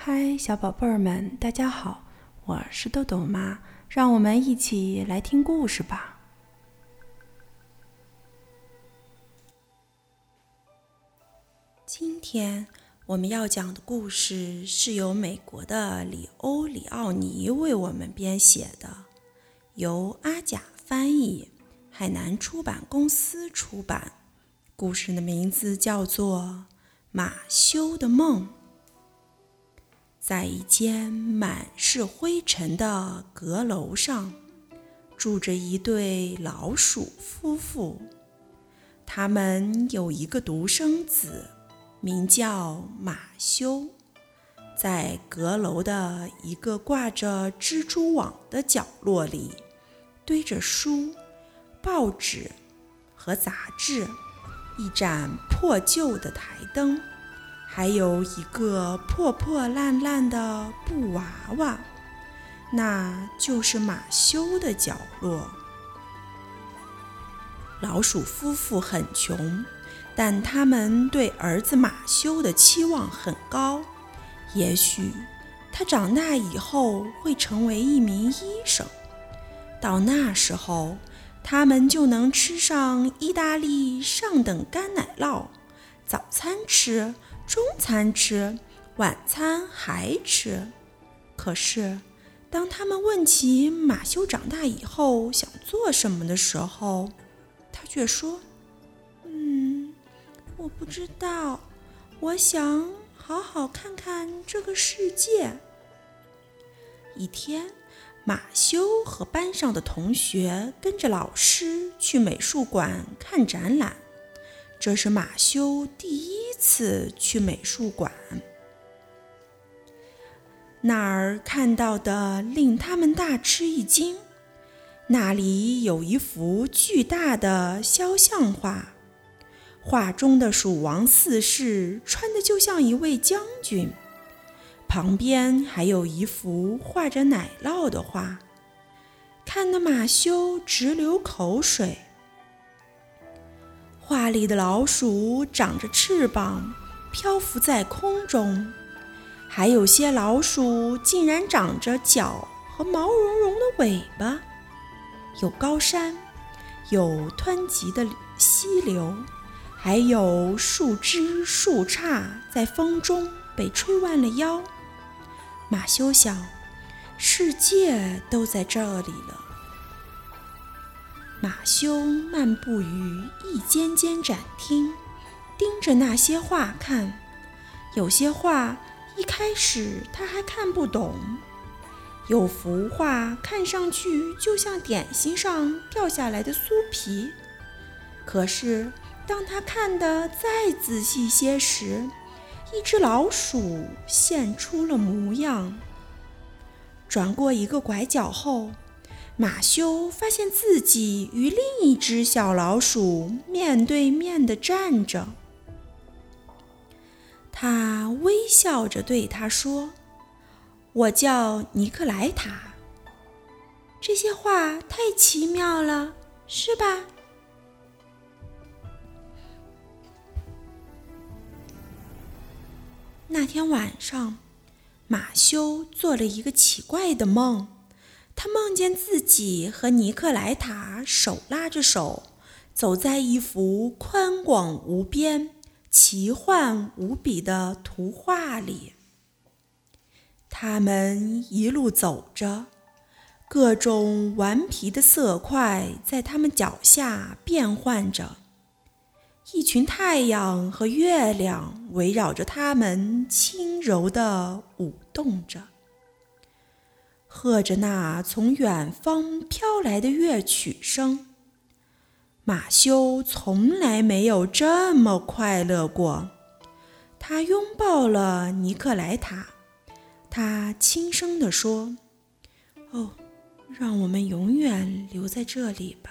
嗨，小宝贝儿们，大家好，我是豆豆妈，让我们一起来听故事吧。今天我们要讲的故事是由美国的里奥尼为我们编写的，由阿甲翻译，海南出版公司出版。故事的名字叫做《马修的梦》。在一间满是灰尘的阁楼上，住着一对老鼠夫妇。他们有一个独生子，名叫马修。在阁楼的一个挂着蜘蛛网的角落里，堆着书、报纸和杂志，一盏破旧的台灯，还有一个破破烂烂的布娃娃，那就是马修的角落。老鼠夫妇很穷，但他们对儿子马修的期望很高，也许他长大以后会成为一名医生，到那时候他们就能吃上意大利上等干奶酪，早餐吃，中餐吃，晚餐还吃。可是当他们问起马修长大以后想做什么的时候，他却说，我不知道，我想好好看看这个世界。一天，马修和班上的同学跟着老师去美术馆看展览，这是马修第一次去美术馆。那儿看到的令他们大吃一惊，那里有一幅巨大的肖像画，画中的蜀王四世穿得就像一位将军，旁边还有一幅画着奶酪的画，看得马修直流口水。画里的老鼠长着翅膀，漂浮在空中，还有些老鼠竟然长着脚和毛茸茸的尾巴。有高山，有湍急的溪流，还有树枝树杈在风中被吹弯了腰。马修想，世界都在这里了。马修漫步于一间间展厅，盯着那些画看。有些画一开始他还看不懂，有幅画看上去就像点心上掉下来的酥皮，可是当他看得再仔细些时，一只老鼠现出了模样。转过一个拐角后，马修发现自己与另一只小老鼠面对面地站着。他微笑着对他说，我叫尼克莱塔。这些画太奇妙了，是吧？那天晚上，马修做了一个奇怪的梦。他梦见自己和尼克莱塔手拉着手，走在一幅宽广无边、奇幻无比的图画里。他们一路走着，各种顽皮的色块在他们脚下变换着，一群太阳和月亮围绕着他们轻柔地舞动着，和着那从远方飘来的乐曲声。马修从来没有这么快乐过。他拥抱了尼克莱塔，他轻声地说，让我们永远留在这里吧。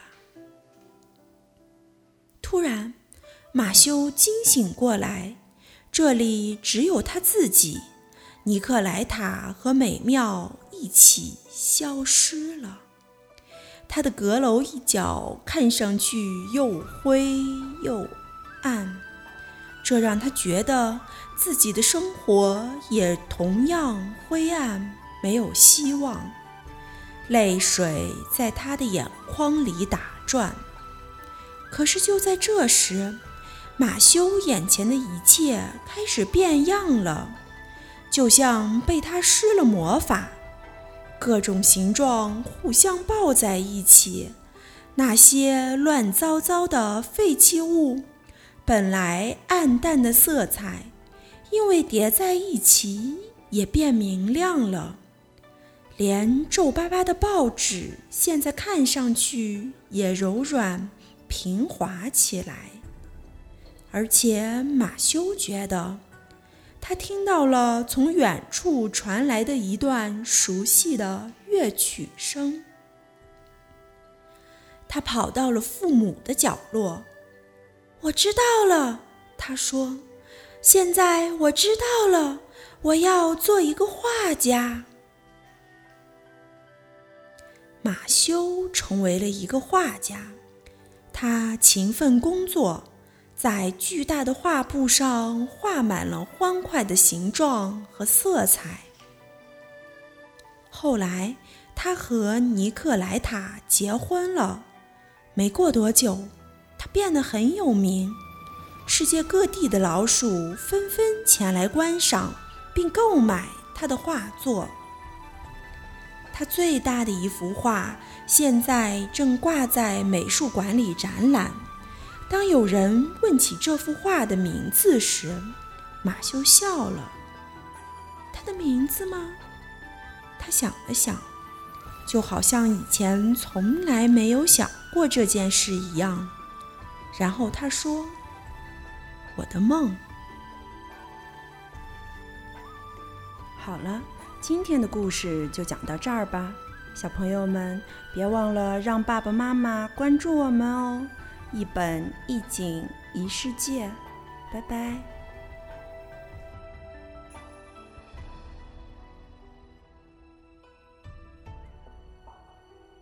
突然，马修惊醒过来，这里只有他自己，尼克莱塔和美妙一起消失了。他的阁楼一角看上去又灰又暗，这让他觉得自己的生活也同样灰暗，没有希望。泪水在他的眼眶里打转。可是就在这时，马修眼前的一切开始变样了，就像被他施了魔法，各种形状互相抱在一起。那些乱糟糟的废弃物，本来暗淡的色彩，因为叠在一起也变明亮了。连皱巴巴的报纸现在看上去也柔软平滑起来。而且马修觉得他听到了从远处传来的一段熟悉的乐曲声。他跑到了父母的角落。我知道了，他说，现在我知道了，我要做一个画家。马修成为了一个画家，他勤奋工作，在巨大的画布上画满了欢快的形状和色彩。后来他和尼克莱塔结婚了，没过多久，他变得很有名，世界各地的老鼠纷纷前来观赏并购买他的画作。他最大的一幅画现在正挂在美术馆里展览。当有人问起这幅画的名字时，马修笑了。他的名字吗？他想了想，就好像以前从来没有想过这件事一样。然后他说，我的梦。好了，今天的故事就讲到这儿吧。小朋友们，别忘了让爸爸妈妈关注我们哦。一本一景一世界，拜拜。